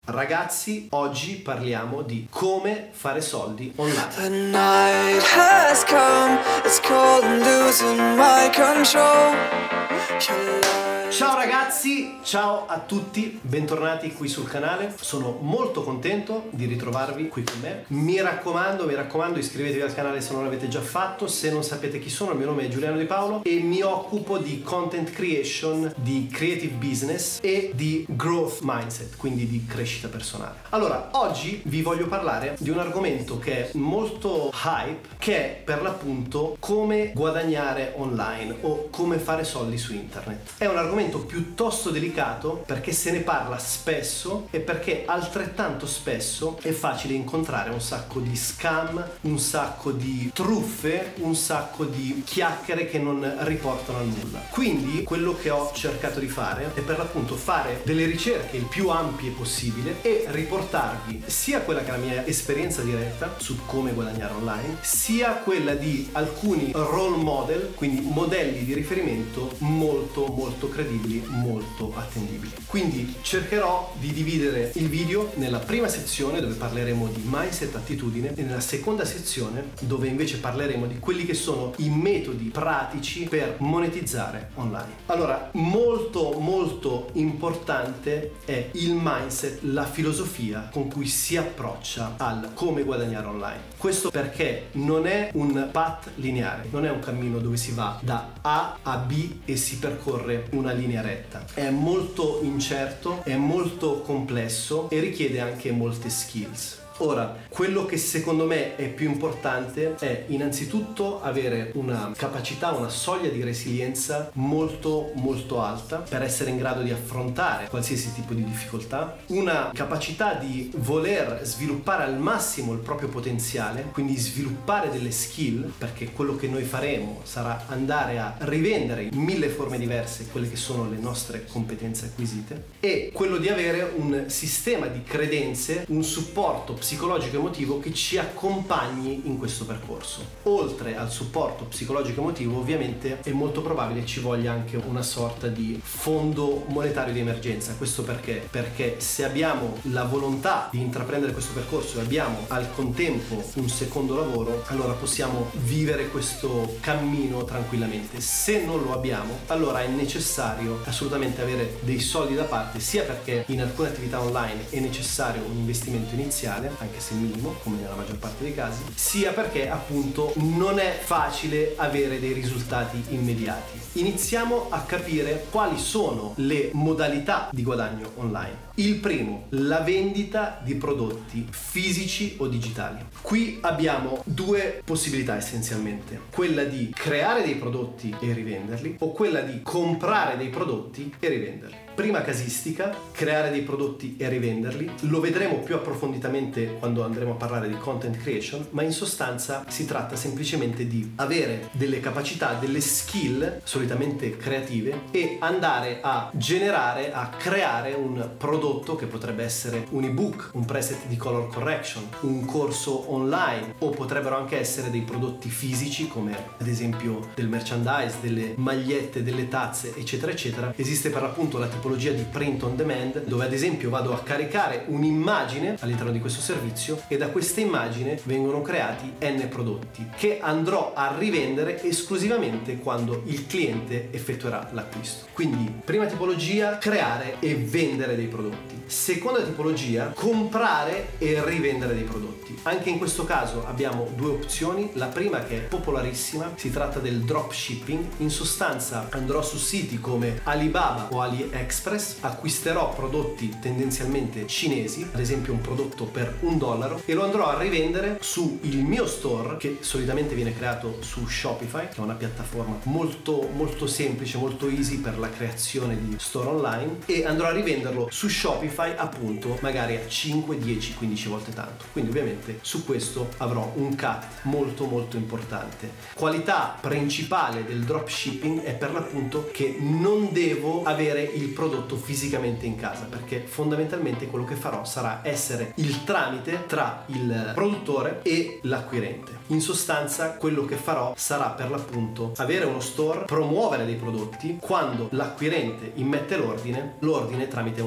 Ragazzi, oggi parliamo di come fare soldi online. The night has come, it's cold and losing my control. Ciao ragazzi, ciao a tutti, bentornati qui sul canale. Sono molto contento di ritrovarvi qui con me. Mi raccomando, iscrivetevi al canale se non l'avete già fatto. Se non sapete chi sono, il mio nome è Giuliano Di Paolo e mi occupo di content creation, di creative business e di growth mindset, quindi di crescita personale. Allora, oggi vi voglio parlare di un argomento che è molto hype, che è per l'appunto come guadagnare online o come fare soldi su internet. È un argomento piuttosto delicato perché se ne parla spesso e perché altrettanto spesso è facile incontrare un sacco di scam, un sacco di truffe, un sacco di chiacchiere che non riportano a nulla. Quindi quello che ho cercato di fare è per l'appunto fare delle ricerche il più ampie possibile e riportarvi sia quella che è la mia esperienza diretta su come guadagnare online, sia quella di alcuni role model, quindi modelli di riferimento molto credibili, molto attendibili. Quindi cercherò di dividere il video nella prima sezione dove parleremo di mindset, attitudine, e nella seconda sezione dove invece parleremo di quelli che sono i metodi pratici per monetizzare online. Allora, molto importante è il mindset, la filosofia con cui si approccia al come guadagnare online. Questo perché non è un path lineare, non è un cammino dove si va da A a B e si percorre una linea retta. È molto incerto, è molto complesso e richiede anche molte skills. Ora, quello che secondo me è più importante è innanzitutto avere una capacità, una soglia di resilienza molto alta per essere in grado di affrontare qualsiasi tipo di difficoltà, una capacità di voler sviluppare al massimo il proprio potenziale, quindi sviluppare delle skill, perché quello che noi faremo sarà andare a rivendere in 1000 forme diverse quelle che sono le nostre competenze acquisite, e quello di avere un sistema di credenze, un supporto psicologico emotivo che ci accompagni in questo percorso. Oltre al supporto psicologico emotivo, ovviamente è molto probabile ci voglia anche una sorta di fondo monetario di emergenza. Questo perché se abbiamo la volontà di intraprendere questo percorso e abbiamo al contempo un secondo lavoro, allora possiamo vivere questo cammino tranquillamente. Se non lo abbiamo, allora è necessario assolutamente avere dei soldi da parte, sia perché in alcune attività online è necessario un investimento iniziale, anche se minimo, come nella maggior parte dei casi, sia perché appunto non è facile avere dei risultati immediati. Iniziamo a capire quali sono le modalità di guadagno online. Il primo, la vendita di prodotti fisici o digitali. Qui abbiamo due possibilità essenzialmente: quella di creare dei prodotti e rivenderli, o quella di comprare dei prodotti e rivenderli. Prima casistica, creare dei prodotti e rivenderli, lo vedremo più approfonditamente quando andremo a parlare di content creation, ma in sostanza si tratta semplicemente di avere delle capacità, delle skill solitamente creative e andare a generare, a creare un prodotto che potrebbe essere un ebook, un preset di color correction, un corso online, o potrebbero anche essere dei prodotti fisici come ad esempio del merchandise, delle magliette, delle tazze, eccetera eccetera. Esiste per l'appunto la tipologia di print on demand, dove ad esempio vado a caricare un'immagine all'interno di questo servizio e da questa immagine vengono creati n prodotti che andrò a rivendere esclusivamente quando il cliente effettuerà l'acquisto. Quindi prima tipologia, creare e vendere dei prodotti. Seconda tipologia, comprare e rivendere dei prodotti. Anche in questo caso abbiamo due opzioni. La prima, che è popolarissima, si tratta del dropshipping. In sostanza andrò su siti come Alibaba o AliExpress, acquisterò prodotti tendenzialmente cinesi, ad esempio un prodotto per $1, e lo andrò a rivendere su il mio store, che solitamente viene creato su Shopify, che è una piattaforma molto semplice, molto easy per la creazione di store online, e andrò a rivenderlo su Shopify appunto magari a 5, 10, 15 volte tanto. Quindi ovviamente su questo avrò un cut molto importante. Qualità principale del dropshipping è per l'appunto che non devo avere il prodotto fisicamente in casa, perché fondamentalmente quello che farò sarà essere il tramite tra il produttore e l'acquirente. In sostanza quello che farò sarà per l'appunto avere uno store, promuovere dei prodotti, quando l'acquirente immette l'ordine tramite un automatismo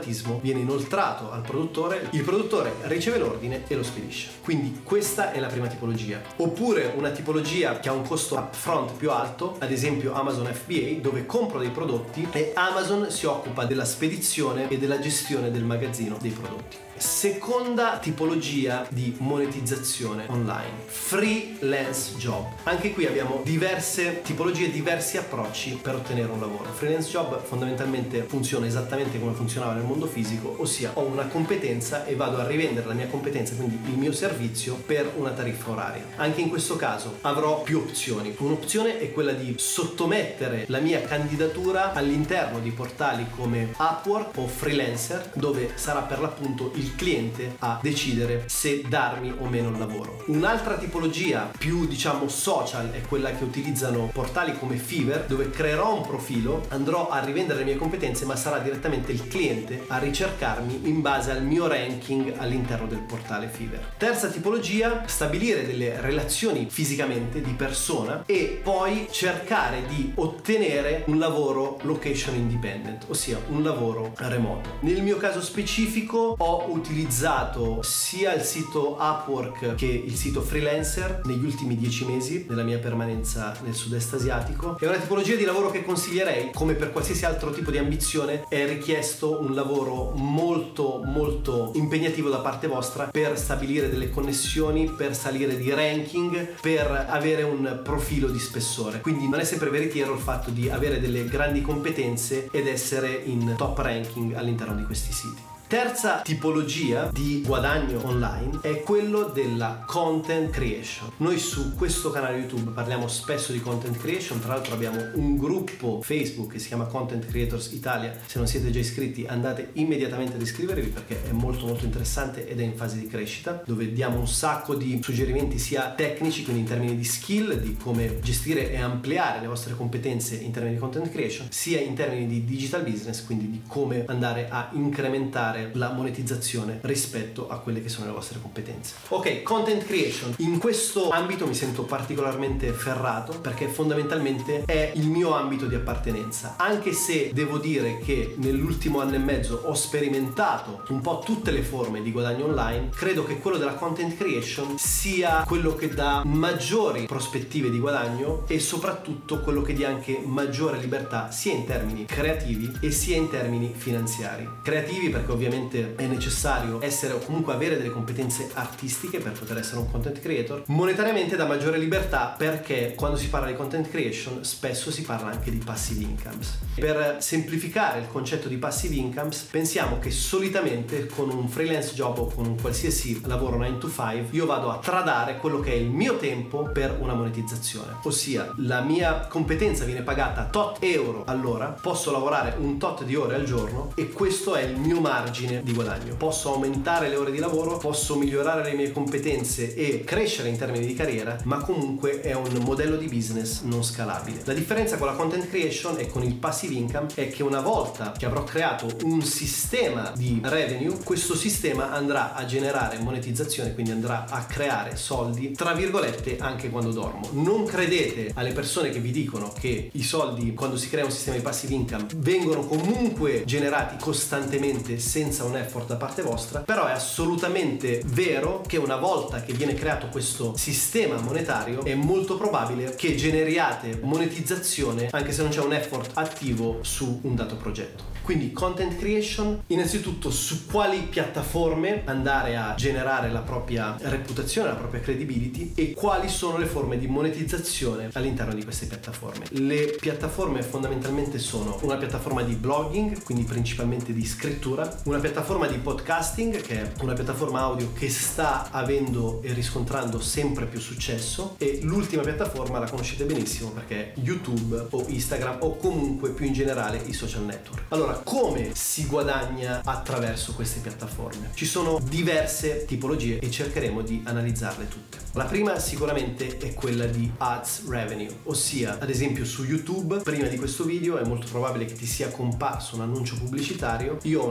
automatismo viene inoltrato al produttore, il produttore riceve l'ordine e lo spedisce. Quindi questa è la prima tipologia. Oppure una tipologia che ha un costo upfront più alto, ad esempio Amazon FBA, dove compro dei prodotti e Amazon si occupa della spedizione e della gestione del magazzino dei prodotti. Seconda tipologia di monetizzazione online, freelance job. Anche qui abbiamo diverse tipologie, diversi approcci per ottenere un lavoro. Freelance job fondamentalmente funziona esattamente come funzionava nel mondo fisico, ossia ho una competenza e vado a rivendere la mia competenza, quindi il mio servizio, per una tariffa oraria. Anche in questo caso avrò più opzioni. Un'opzione è quella di sottomettere la mia candidatura all'interno di portali come Upwork o Freelancer, dove sarà per l'appunto il cliente a decidere se darmi o meno il lavoro. Un'altra tipologia più social è quella che utilizzano portali come Fiverr, dove creerò un profilo, andrò a rivendere le mie competenze, ma sarà direttamente il cliente a ricercarmi in base al mio ranking all'interno del portale Fiverr. Terza tipologia, stabilire delle relazioni fisicamente di persona e poi cercare di ottenere un lavoro location independent, ossia un lavoro remoto. Nel mio caso specifico ho utilizzato sia il sito Upwork che il sito Freelancer negli ultimi 10 mesi della mia permanenza nel sud-est asiatico. È una tipologia di lavoro che consiglierei. Come per qualsiasi altro tipo di ambizione, è richiesto un lavoro molto impegnativo da parte vostra per stabilire delle connessioni, per salire di ranking, per avere un profilo di spessore. Quindi non è sempre veritiero il fatto di avere delle grandi competenze ed essere in top ranking all'interno di questi siti. Terza tipologia di guadagno online è quello della content creation. Noi su questo canale YouTube parliamo spesso di content creation, tra l'altro abbiamo un gruppo Facebook che si chiama Content Creators Italia. Se non siete già iscritti, andate immediatamente ad iscrivervi perché è molto interessante ed è in fase di crescita, dove diamo un sacco di suggerimenti sia tecnici, quindi in termini di skill, di come gestire e ampliare le vostre competenze in termini di content creation, sia in termini di digital business, quindi di come andare a incrementare la monetizzazione rispetto a quelle che sono le vostre competenze. Ok, content creation. In questo ambito mi sento particolarmente ferrato perché fondamentalmente è il mio ambito di appartenenza, anche se devo dire che nell'ultimo anno e mezzo ho sperimentato un po' tutte le forme di guadagno online. Credo che quello della content creation sia quello che dà maggiori prospettive di guadagno e soprattutto quello che dia anche maggiore libertà sia in termini creativi e sia in termini finanziari. Creativi perché ovviamente è necessario essere o comunque avere delle competenze artistiche per poter essere un content creator. Monetariamente dà maggiore libertà perché quando si parla di content creation spesso si parla anche di passive incomes. Per semplificare il concetto di passive incomes, pensiamo che solitamente con un freelance job o con un qualsiasi lavoro 9 to 5 io vado a tradare quello che è il mio tempo per una monetizzazione, ossia la mia competenza viene pagata tot euro all'ora, posso lavorare un tot di ore al giorno e questo è il mio margine di guadagno. Posso aumentare le ore di lavoro, posso migliorare le mie competenze e crescere in termini di carriera, ma comunque è un modello di business non scalabile. La differenza con la content creation e con il passive income è che una volta che avrò creato un sistema di revenue, questo sistema andrà a generare monetizzazione, quindi andrà a creare soldi, tra virgolette, anche quando dormo. Non credete alle persone che vi dicono che i soldi, quando si crea un sistema di passive income, vengono comunque generati costantemente senza un effort da parte vostra, però è assolutamente vero che una volta che viene creato questo sistema monetario è molto probabile che generiate monetizzazione anche se non c'è un effort attivo su un dato progetto. Quindi content creation, innanzitutto su quali piattaforme andare a generare la propria reputazione, la propria credibility e quali sono le forme di monetizzazione all'interno di queste piattaforme. Le piattaforme fondamentalmente sono una piattaforma di blogging, quindi principalmente di scrittura, una piattaforma di podcasting che è una piattaforma audio che sta avendo e riscontrando sempre più successo, e l'ultima piattaforma la conoscete benissimo perché è YouTube o Instagram o comunque più in generale i social network. Allora, come si guadagna attraverso queste piattaforme? Ci sono diverse tipologie e cercheremo di analizzarle tutte. La prima sicuramente è quella di ads revenue, ossia ad esempio su YouTube prima di questo video è molto probabile che ti sia comparso un annuncio pubblicitario. Io ho una parte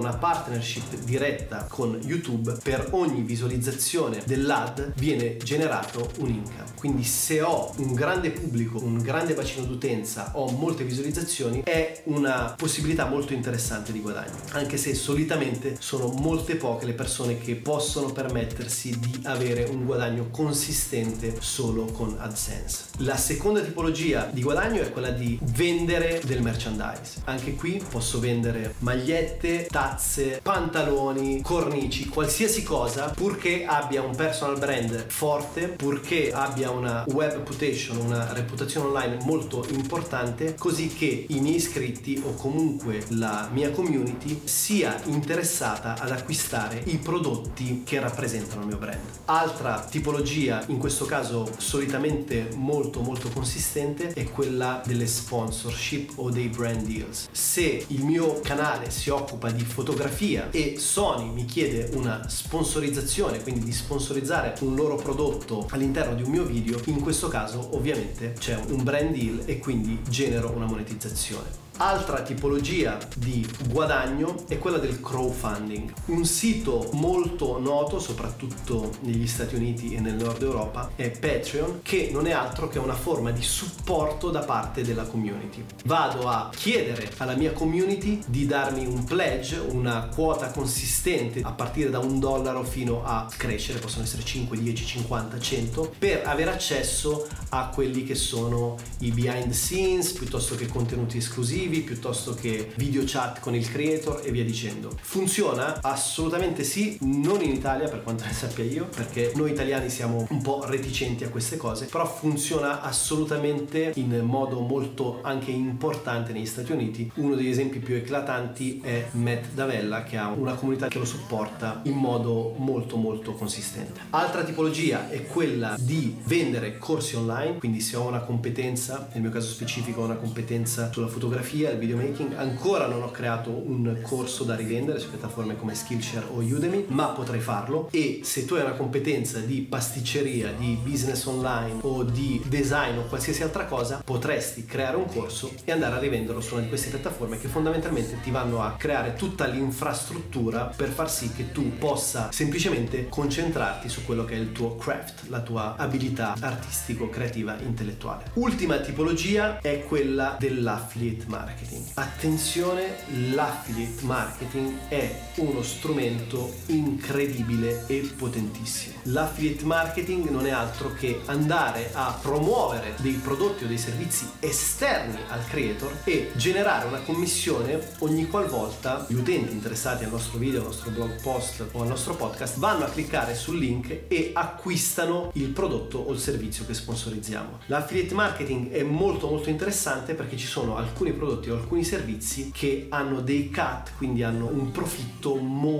partnership diretta con YouTube, per ogni visualizzazione dell'ad viene generato un income. Quindi se ho un grande pubblico, un grande bacino d'utenza, ho molte visualizzazioni, è una possibilità molto interessante di guadagno, anche se solitamente sono molte poche le persone che possono permettersi di avere un guadagno consistente solo con AdSense. La seconda tipologia di guadagno è quella di vendere del merchandise. Anche qui posso vendere magliette, tazze, pantaloni, cornici, qualsiasi cosa, purché abbia un personal brand forte, purché abbia una web reputation, una reputazione online molto importante, così che i miei iscritti o comunque la mia community sia interessata ad acquistare i prodotti che rappresentano il mio brand. Altra tipologia, in questo caso solitamente molto consistente, è quella delle sponsorship o dei brand deals. Se il mio canale si occupa di fotografia e Sony mi chiede una sponsorizzazione, quindi di sponsorizzare un loro prodotto all'interno di un mio video, in questo caso ovviamente c'è un brand deal e quindi genero una monetizzazione. Altra tipologia di guadagno è quella del crowdfunding. Un sito molto noto, soprattutto negli Stati Uniti e nel Nord Europa, è Patreon, che non è altro che una forma di supporto da parte della community. Vado a chiedere alla mia community di darmi un pledge, una quota consistente a partire da $1 fino a crescere, possono essere 5, 10, 50, 100, per avere accesso a quelli che sono i behind the scenes, piuttosto che contenuti esclusivi, piuttosto che video chat con il creator e via dicendo. Funziona? Assolutamente sì, non in Italia per quanto ne sappia io, perché noi italiani siamo un po' reticenti a queste cose, però funziona assolutamente in modo molto anche importante negli Stati Uniti. Uno degli esempi più eclatanti è Matt D'Avella, che ha una comunità che lo supporta in modo molto consistente. Altra tipologia è quella di vendere corsi online, quindi se ho una competenza, nel mio caso specifico ho una competenza sulla fotografia, il videomaking, ancora non ho creato un corso da rivendere su piattaforme come Skillshare o Udemy, ma potrei farlo. E se tu hai una competenza di pasticceria, di business online o di design o qualsiasi altra cosa, potresti creare un corso e andare a rivenderlo su una di queste piattaforme, che fondamentalmente ti vanno a creare tutta l'infrastruttura per far sì che tu possa semplicemente concentrarti su quello che è il tuo craft, la tua abilità artistico, creativa, intellettuale. Ultima tipologia è quella dell'affiliate marketing. Attenzione, l'affiliate marketing è uno strumento incredibile e potentissimo. L'affiliate marketing non è altro che andare a promuovere dei prodotti o dei servizi esterni al creator e generare una commissione ogni qualvolta gli utenti interessati al nostro video, al nostro blog post o al nostro podcast vanno a cliccare sul link e acquistano il prodotto o il servizio che sponsorizziamo. L'affiliate marketing è molto interessante perché ci sono alcuni prodotti o alcuni servizi che hanno dei cut, quindi hanno un profitto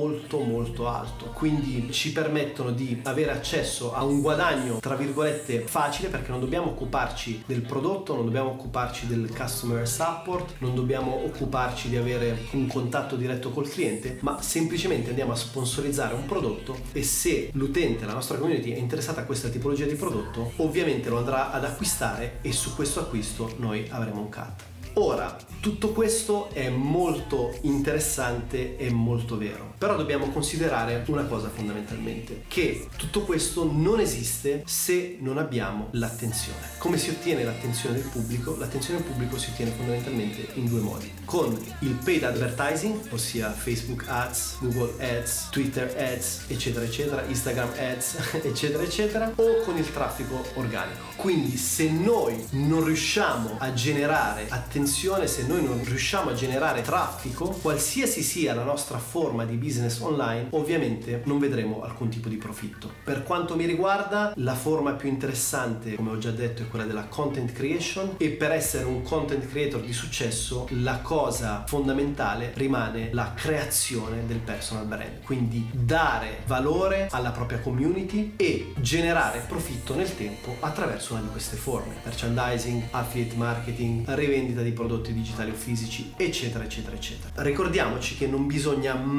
molto alto, quindi ci permettono di avere accesso a un guadagno tra virgolette facile, perché non dobbiamo occuparci del prodotto, non dobbiamo occuparci del customer support, non dobbiamo occuparci di avere un contatto diretto col cliente, ma semplicemente andiamo a sponsorizzare un prodotto e se l'utente, la nostra community è interessata a questa tipologia di prodotto, ovviamente lo andrà ad acquistare e su questo acquisto noi avremo un cut. Ora, tutto questo è molto interessante e molto vero, però dobbiamo considerare una cosa fondamentalmente, che tutto questo non esiste se non abbiamo l'attenzione. Come si ottiene l'attenzione del pubblico? L'attenzione del pubblico si ottiene fondamentalmente in due modi: con il paid advertising, ossia Facebook Ads, Google Ads, Twitter Ads, eccetera, Instagram Ads, eccetera, o con il traffico organico. Quindi se noi non riusciamo a generare attenzione, se noi non riusciamo a generare traffico, qualsiasi sia la nostra forma di business online, ovviamente non vedremo alcun tipo di profitto. Per quanto mi riguarda, la forma più interessante, come ho già detto, è quella della content creation, e per essere un content creator di successo la cosa fondamentale rimane la creazione del personal brand, quindi dare valore alla propria community e generare profitto nel tempo attraverso una di queste forme: merchandising, affiliate marketing, rivendita di prodotti digitali o fisici, eccetera. Ricordiamoci che non bisogna mai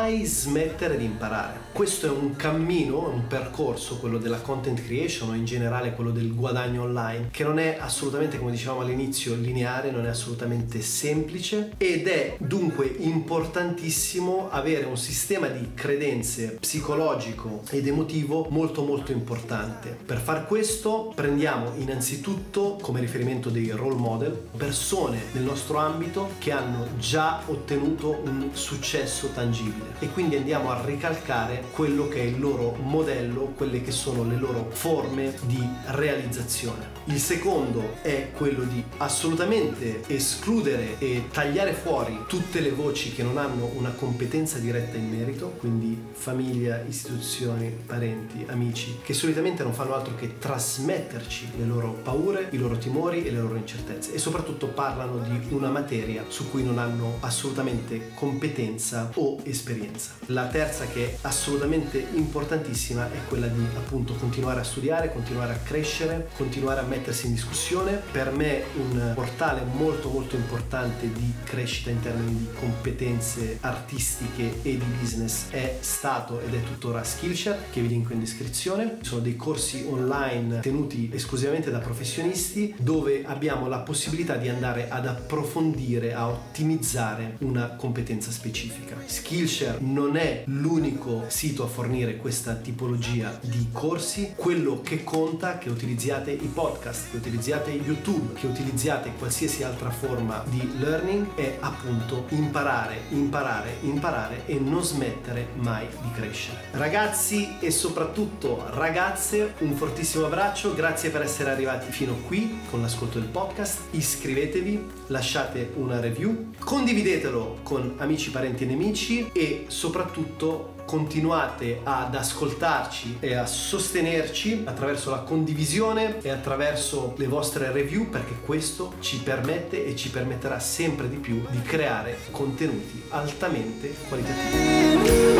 mai smettere di imparare. Questo è un cammino, un percorso, quello della content creation o in generale quello del guadagno online, che non è assolutamente, come dicevamo all'inizio, lineare, non è assolutamente semplice, ed è dunque importantissimo avere un sistema di credenze psicologico ed emotivo molto molto importante. Per far questo prendiamo innanzitutto come riferimento dei role model, persone nel nostro ambito che hanno già ottenuto un successo tangibile, e quindi andiamo a ricalcare quello che è il loro modello, quelle che sono le loro forme di realizzazione. Il secondo è quello di assolutamente escludere e tagliare fuori tutte le voci che non hanno una competenza diretta in merito, quindi famiglia, istituzioni, parenti, amici, che solitamente non fanno altro che trasmetterci le loro paure, i loro timori e le loro incertezze, e soprattutto parlano di una materia su cui non hanno assolutamente competenza o esperienza. La terza, che è assolutamente importantissima, è quella di appunto continuare a studiare, continuare a crescere, continuare a mettersi in discussione. Per me un portale molto molto importante di crescita in termini di competenze artistiche e di business è stato ed è tuttora Skillshare, che vi linko in descrizione. Sono dei corsi online tenuti esclusivamente da professionisti, dove abbiamo la possibilità di andare ad approfondire, a ottimizzare una competenza specifica. Skillshare non è l'unico sito a fornire questa tipologia di corsi. Quello che conta è che utilizziate i podcast, che utilizziate YouTube, che utilizziate qualsiasi altra forma di learning, è appunto imparare e non smettere mai di crescere. Ragazzi e soprattutto ragazze, un fortissimo abbraccio, grazie per essere arrivati fino qui con l'ascolto del podcast. Iscrivetevi, lasciate una review, condividetelo con amici, parenti e nemici, e soprattutto continuate ad ascoltarci e a sostenerci attraverso la condivisione e attraverso le vostre review, perché questo ci permette e ci permetterà sempre di più di creare contenuti altamente qualitativi.